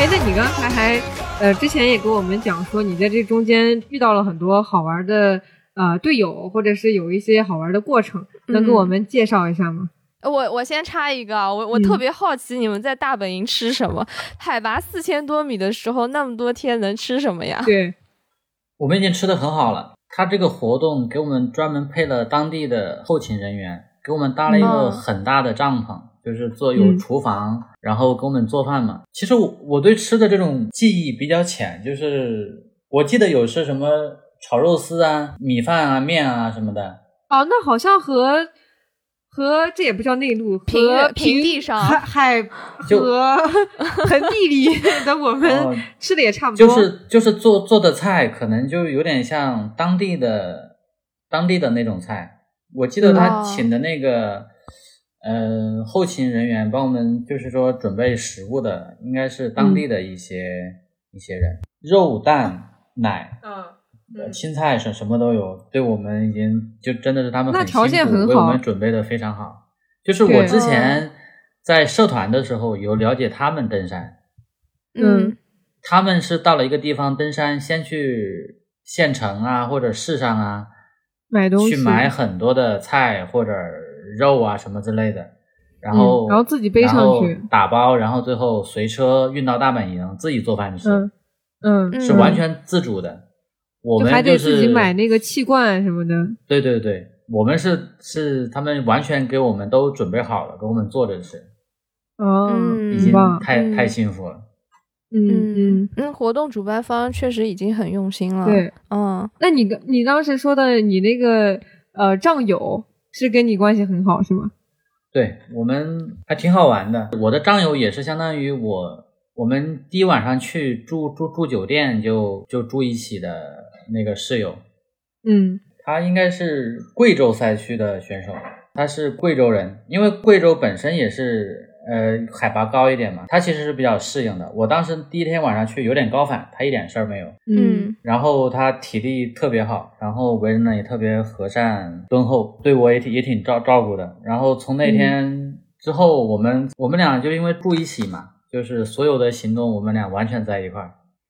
那你刚才还之前也跟我们讲说，你在这中间遇到了很多好玩的队友，或者是有一些好玩的过程，能给我们介绍一下吗？ 我先插一个啊，我特别好奇你们在大本营吃什么？海拔4000多米的时候，那么多天能吃什么呀？ 对， 我们已经吃得很好了。他这个活动给我们专门配了当地的后勤人员，给我们搭了一个很大的帐篷，就是有厨房，然后给我们做饭嘛。其实我对吃的这种记忆比较浅，就是我记得有是什么炒肉丝啊、米饭啊、面啊什么的。 哦，那好像和这也不叫内陆， 平地上海和盆地里的我们吃的也差不多。 就是做的菜可能就有点像当地的那种菜。我记得他请的那个后勤人员帮我们就是说准备食物的，应该是当地的一些人，肉蛋奶。青菜什么都有，对我们已经就真的是他们很辛苦，为我们准备的非常好。就是我之前在社团的时候有了解他们登山，他们是到了一个地方登山，先去县城啊或者市上啊买东西， 去买很多的菜或者肉啊什么之类的，然后自己背上去打包，然后最后随车运到大本营自己做饭吃，是完全自主的。我们还得自己买那个气罐什么的。 对对对，我们是他们完全给我们都准备好了，给我们做着吃。已经太幸福了。 活动主办方确实已经很用心了。 对，那你当时说的你那个战友是跟你关系很好是吗？ 对，我们还挺好玩的。我的战友也是相当于我们第一晚上去住酒店就住一起的那个室友。他应该是贵州赛区的选手，他是贵州人，因为贵州本身也是海拔高一点嘛，他其实是比较适应的。我当时第一天晚上去有点高反，他一点事儿没有。然后他体力特别好，然后为人呢也特别和善敦厚，对我也挺照顾的。然后从那天之后，我们俩就因为住一起嘛，就是所有的行动我们俩完全在一块儿。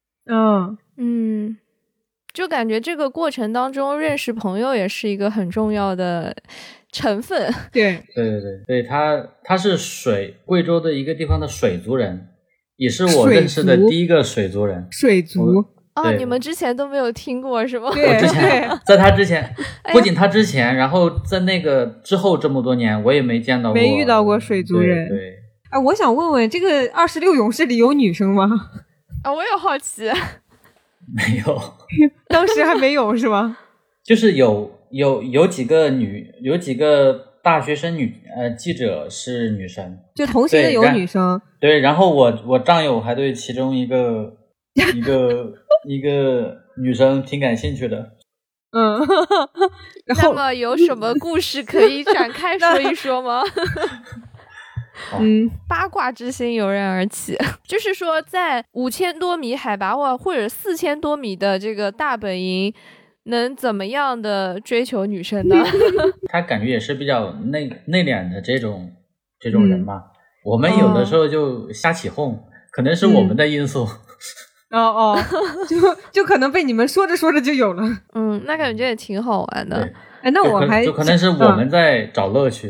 就感觉这个过程当中认识朋友也是一个很重要的成分。 对， 他是贵州的一个地方的水族人，也是我认识的第一个水族人。 水族你们之前都没有听过是吗？ 我之前在他之前，不仅他之前，然后在那个之后这么多年，我也没见到过， 没遇到过水族人。 对， 我想问问，这个26勇士里有女生吗？ 我也好奇。 没有， 当时还没有是吗？ 就是有几个大学生记者是女生， 就同行的有女生。 对，然后我战友还对其中一个女生挺感兴趣的。 那么有什么故事可以展开说一说吗？八卦之心油然而起。就是说在5000多米海拔或者4000多米的这个大本营能怎么样的追求女生呢？ 他感觉也是比较内敛的这种人嘛。我们有的时候就瞎起哄，可能是我们的因素。 就可能被你们说着说着就有了。 那感觉也挺好玩的。 那我还就可能是我们在找乐趣。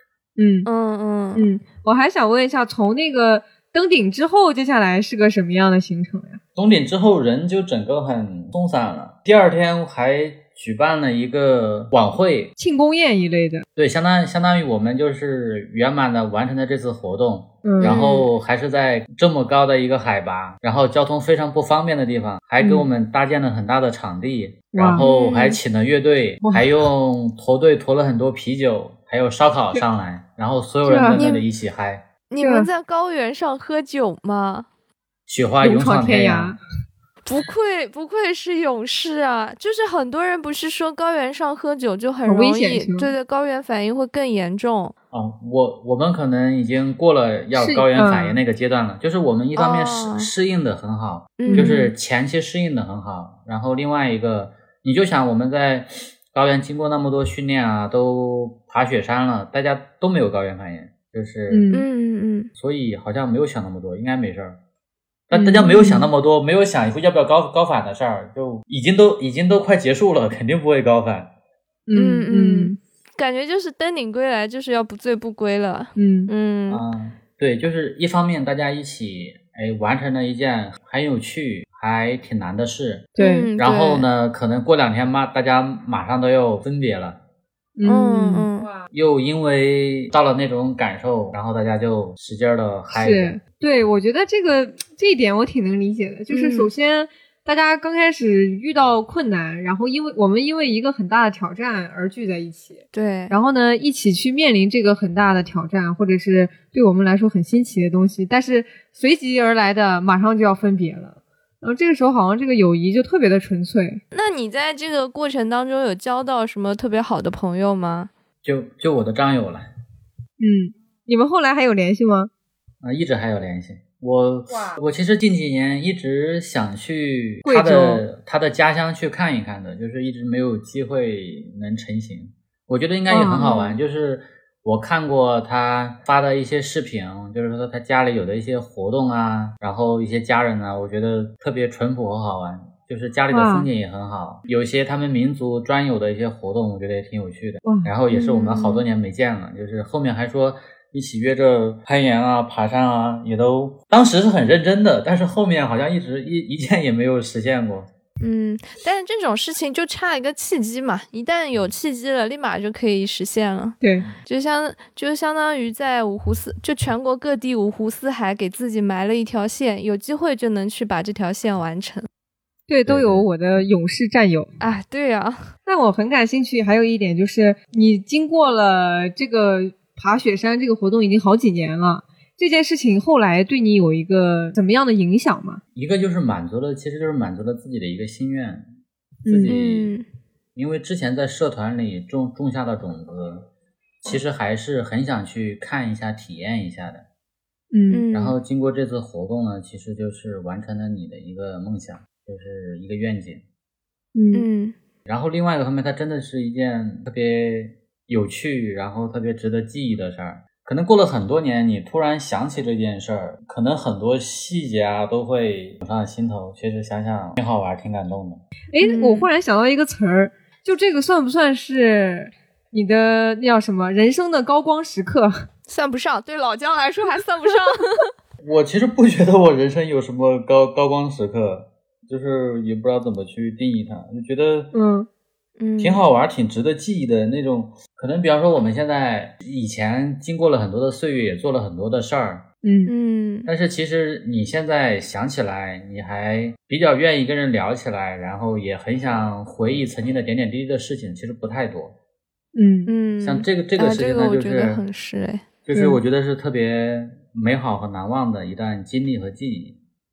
我还想问一下，从那个登顶之后，接下来是个什么样的行程呀？ 登顶之后人就整个很松散了，第二天还举办了一个晚会， 庆功宴一类的。 对，相当于我们就是圆满的完成了这次活动。然后还是在这么高的一个海拔，然后交通非常不方便的地方，还给我们搭建了很大的场地，然后还请了乐队，还用驼队驮了很多啤酒还有烧烤上来，然后所有人在那里一起嗨。 你们在高原上喝酒吗？ 雪花勇闯天涯。 不愧是勇士啊！就是很多人不是说高原上喝酒就很容易，对，高原反应会更严重。 我们可能已经过了要高原反应那个阶段了，就是我们一方面适应的很好，就是前期适应的很好，然后另外一个你就想我们在高原经过那么多训练啊，都爬雪山了，大家都没有高原反应，就是所以好像没有想那么多，应该没事儿。 但大家没有想那么多，没有想要不要高反的事儿，就已经都快结束了，肯定不会高反。 感觉就是登顶归来，就是要不醉不归了。 对，就是一方面大家一起完成了一件很有趣还挺难的事， 对， 然后呢可能过2天大家马上都要分别了，又因为到了那种感受，然后大家就使劲的嗨着。 对，我觉得这一点我挺能理解的，就是首先大家刚开始遇到困难，然后我们因为一个很大的挑战而聚在一起， 对， 然后呢一起去面临这个很大的挑战，或者是对我们来说很新奇的东西，但是随即而来的马上就要分别了，然后这个时候好像这个友谊就特别的纯粹。 那你在这个过程当中有交到什么特别好的朋友吗？ 就我的战友了。 你们后来还有联系吗？ 一直还有联系。我其实近几年一直想去他的家乡去看一看的，就是一直没有机会能成行。我觉得应该也很好玩，就是我看过他发的一些视频，就是说他家里有的一些活动啊，然后一些家人啊，我觉得特别淳朴和好玩，就是家里的风景也很好，有一些他们民族专有的一些活动，我觉得也挺有趣的。然后也是我们好多年没见了，就是后面还说一起约着攀岩啊爬山啊，也都当时是很认真的，但是后面好像一直一件也没有实现过。 但是这种事情就差一个契机嘛，一旦有契机了，立马就可以实现了。 对， 就相当于在就全国各地五湖四海给自己埋了一条线，有机会就能去把这条线完成。 对，都有我的勇士战友啊。对啊， 那我很感兴趣，还有一点就是你经过了这个爬雪山这个活动已经好几年了，这件事情后来对你有一个怎么样的影响吗？ 一个就是其实就是满足了自己的一个心愿，自己因为之前在社团里种下的种子，其实还是很想去看一下体验一下的。然后经过这次活动呢，其实就是完成了你的一个梦想，就是一个愿景。然后另外一个方面，它真的是一件特别有趣，然后特别值得记忆的事儿。可能过了很多年，你突然想起这件事儿，可能很多细节啊都会涌上心头。其实想想挺好玩，挺感动的。 我忽然想到一个词儿，就这个算不算是你的那叫什么人生的高光时刻？ 算不上，对老姜来说还算不上。 我其实不觉得我人生有什么高光时刻，就是也不知道怎么去定义它，就觉得挺好玩，挺值得记忆的那种。可能比方说我们现在以前经过了很多的岁月，也做了很多的事儿，但是其实你现在想起来，你还比较愿意跟人聊起来，然后也很想回忆曾经的点点滴滴的事情，其实不太多。像这个事情呢， 我觉得很是就是我觉得是特别美好和难忘的一段经历和记忆。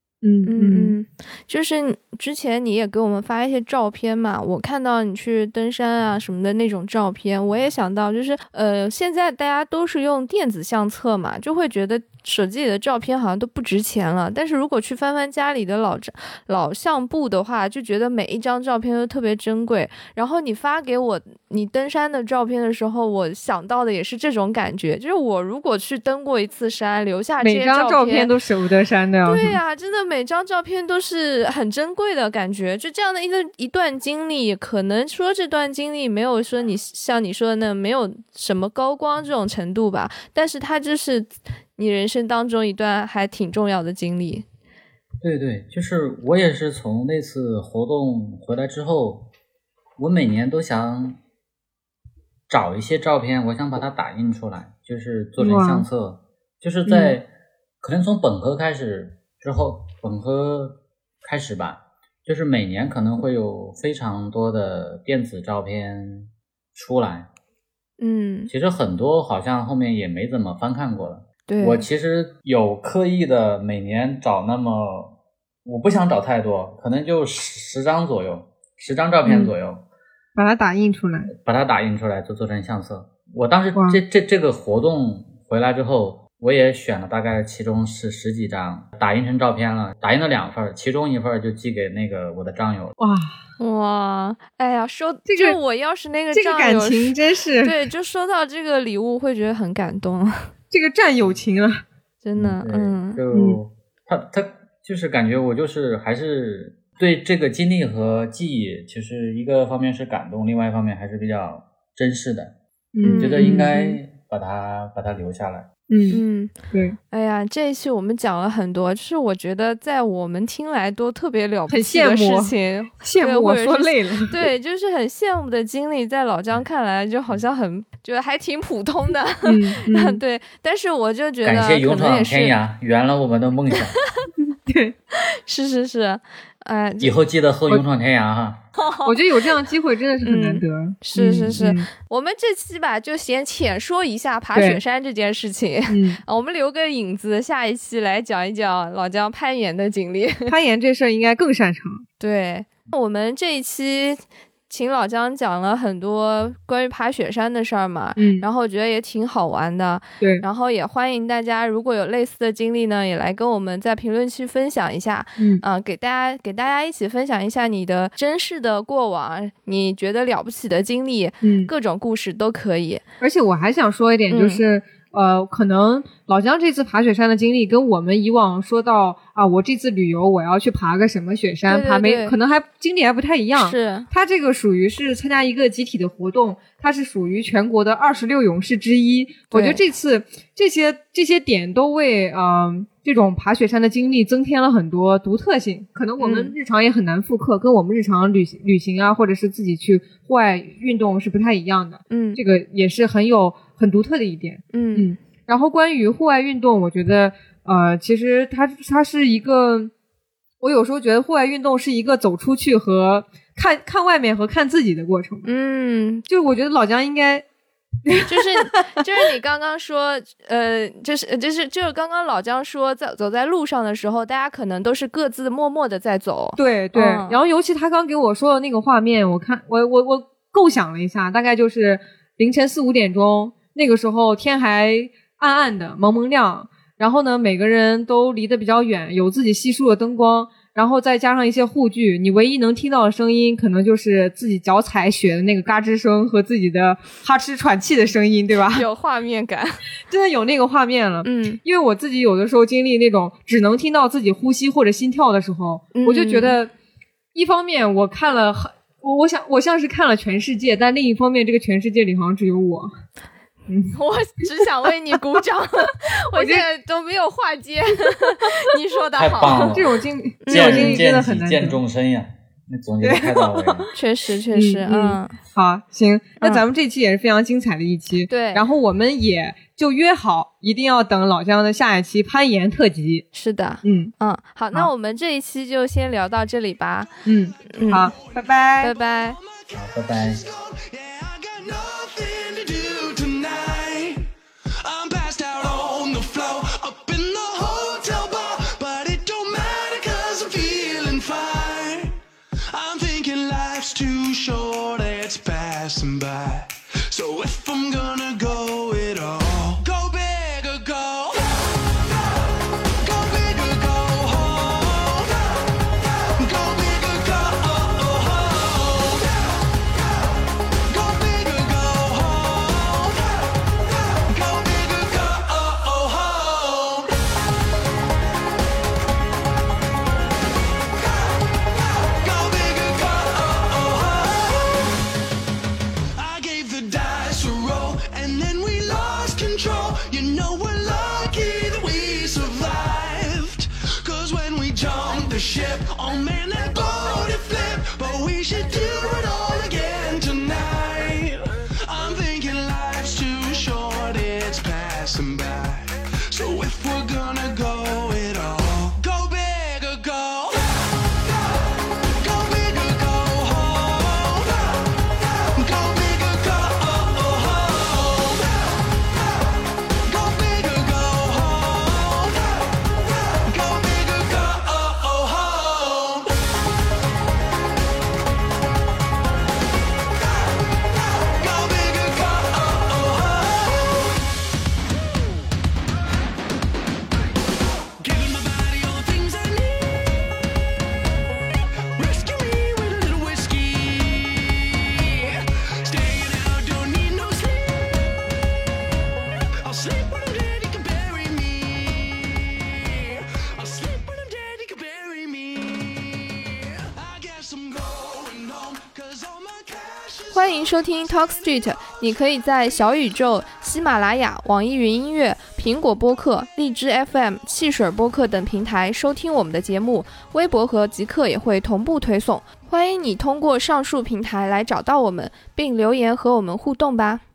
就是之前你也给我们发一些照片嘛，我看到你去登山啊什么的那种照片，我也想到就是现在大家都是用电子相册嘛，就会觉得手机里的照片好像都不值钱了，但是如果去翻翻家里的老相簿的话，就觉得每一张照片都特别珍贵。然后你发给我你登山的照片的时候，我想到的也是这种感觉，就是我如果去登过一次山，留下这些每张照片都舍不得删掉。 对啊，真的每张照片都是很珍贵的感觉。就这样的一段经历，可能说这段经历没有说像你说的那没有什么高光这种程度吧，但是它就是你人生当中一段还挺重要的经历。 对，就是我也是从那次活动回来之后，我每年都想找一些照片，我想把它打印出来，就是做成相册。就是在可能从本科开始之后，本科开始吧，就是每年可能会有非常多的电子照片出来。其实很多好像后面也没怎么翻看过了。 对， 我其实有刻意的每年找那么，我不想找太多，可能就10张左右，10张照片左右， 把它打印出来， 做成相册。我当时这个活动回来之后，我也选了大概其中十几张，打印成照片了，打印了2份，其中1份就寄给那个我的战友。 哇，哎呀， 这个就我要是那个这个感情真是对，就收到这个礼物会觉得很感动。 这个战友情啊， 真的， 就他就是感觉我就是还是对这个经历和记忆，其实一个方面是感动，另外一方面还是比较珍视的。觉得应该把它留下来。 对。 哎呀，这一期我们讲了很多，就是我觉得在我们听来都特别了不起的事情， 羡慕我说累了。 对，就是很羡慕的经历，在老姜看来就好像很觉得还挺普通的。对，但是我就觉得感谢勇闯天涯，圆了我们的梦想。 对， 是， 以后记得喝勇闯天涯哈。 我觉得有这样的机会真的是很难得。 是，我们这期吧就先浅说一下爬雪山这件事情。我们留个引子，下一期来讲一讲老姜攀岩的经历。 攀岩这事儿应该更擅长。 对，我们这一期请老姜讲了很多关于爬雪山的事儿嘛，然后我觉得也挺好玩的。 对， 然后也欢迎大家如果有类似的经历呢，也来跟我们在评论区分享一下。给大家一起分享一下你的真实的过往，你觉得了不起的经历，各种故事都可以。 而且我还想说一点，就是可能老姜这次爬雪山的经历跟我们以往说到啊，我这次旅游我要去爬个什么雪山， 对可能还经历还不太一样。 是， 他这个属于是参加一个集体的活动，他是属于全国的26勇士之一。我觉得这次这些点都为这种爬雪山的经历增添了很多独特性，可能我们日常也很难复刻，跟我们日常旅行啊，或者是自己去户外运动是不太一样的。这个也是很独特的一点。然后关于户外运动，我觉得其实它是一个，我有时候觉得户外运动是一个走出去和看外面和看自己的过程。就是我觉得老姜应该就是你刚刚说就是刚刚老姜说走在路上的时候，大家可能都是各自默默的在走。 对，然后尤其他刚给我说的那个画面，我构想了一下，大概就是凌晨4、5点钟，那个时候天还暗暗的蒙蒙亮，然后呢每个人都离得比较远，有自己稀疏的灯光，然后再加上一些护具，你唯一能听到的声音可能就是自己脚踩雪的那个嘎吱声和自己的哈哧喘气的声音，对吧？ 有画面感， 真的有那个画面了。因为我自己有的时候经历那种只能听到自己呼吸或者心跳的时候，我就觉得一方面我看了我像是看了全世界，但另一方面这个全世界里好像只有我。 我只想为你鼓掌。我现在都没有话接。你说的好， 太棒了， 这种经历真的很难得。 见众生呀，那总结的太到位了。 确实好，行，那咱们这期也是非常精彩的一期。 对， 然后我们也就约好一定要等老姜的下一期攀岩特辑。 是的。好，那我们这一期就先聊到这里吧。 好，拜拜。 好，拜拜。 I'm passed out on the floor, up in the hotel bar, but it don't matter 'cause I'm feeling fine. I'm thinking life's too short, it's passing by. So if I'm gonna go it all, go big or go home. Go big or go home. Go big or go home. Go big or go home. Go big or go home. Go big or go home. I gave the dice a roll and then we lost control. You know we're lucky that we survived. 'Cause when we jumped the ship, oh man, that boat it flipped. But we should do it all again tonight. I'm thinking life's too short, it's passing by. So if we're gonna go it all, go big or go home. Go big or go home. Go big or go home. Go big or go home. Go big or go home. 欢迎收听 Talk Street， 你可以在小宇宙、喜马拉雅、网易云音乐、苹果播客、荔枝 FM、汽水播客等平台收听我们的节目，微博和极客也会同步推送。欢迎你通过上述平台来找到我们，并留言和我们互动吧。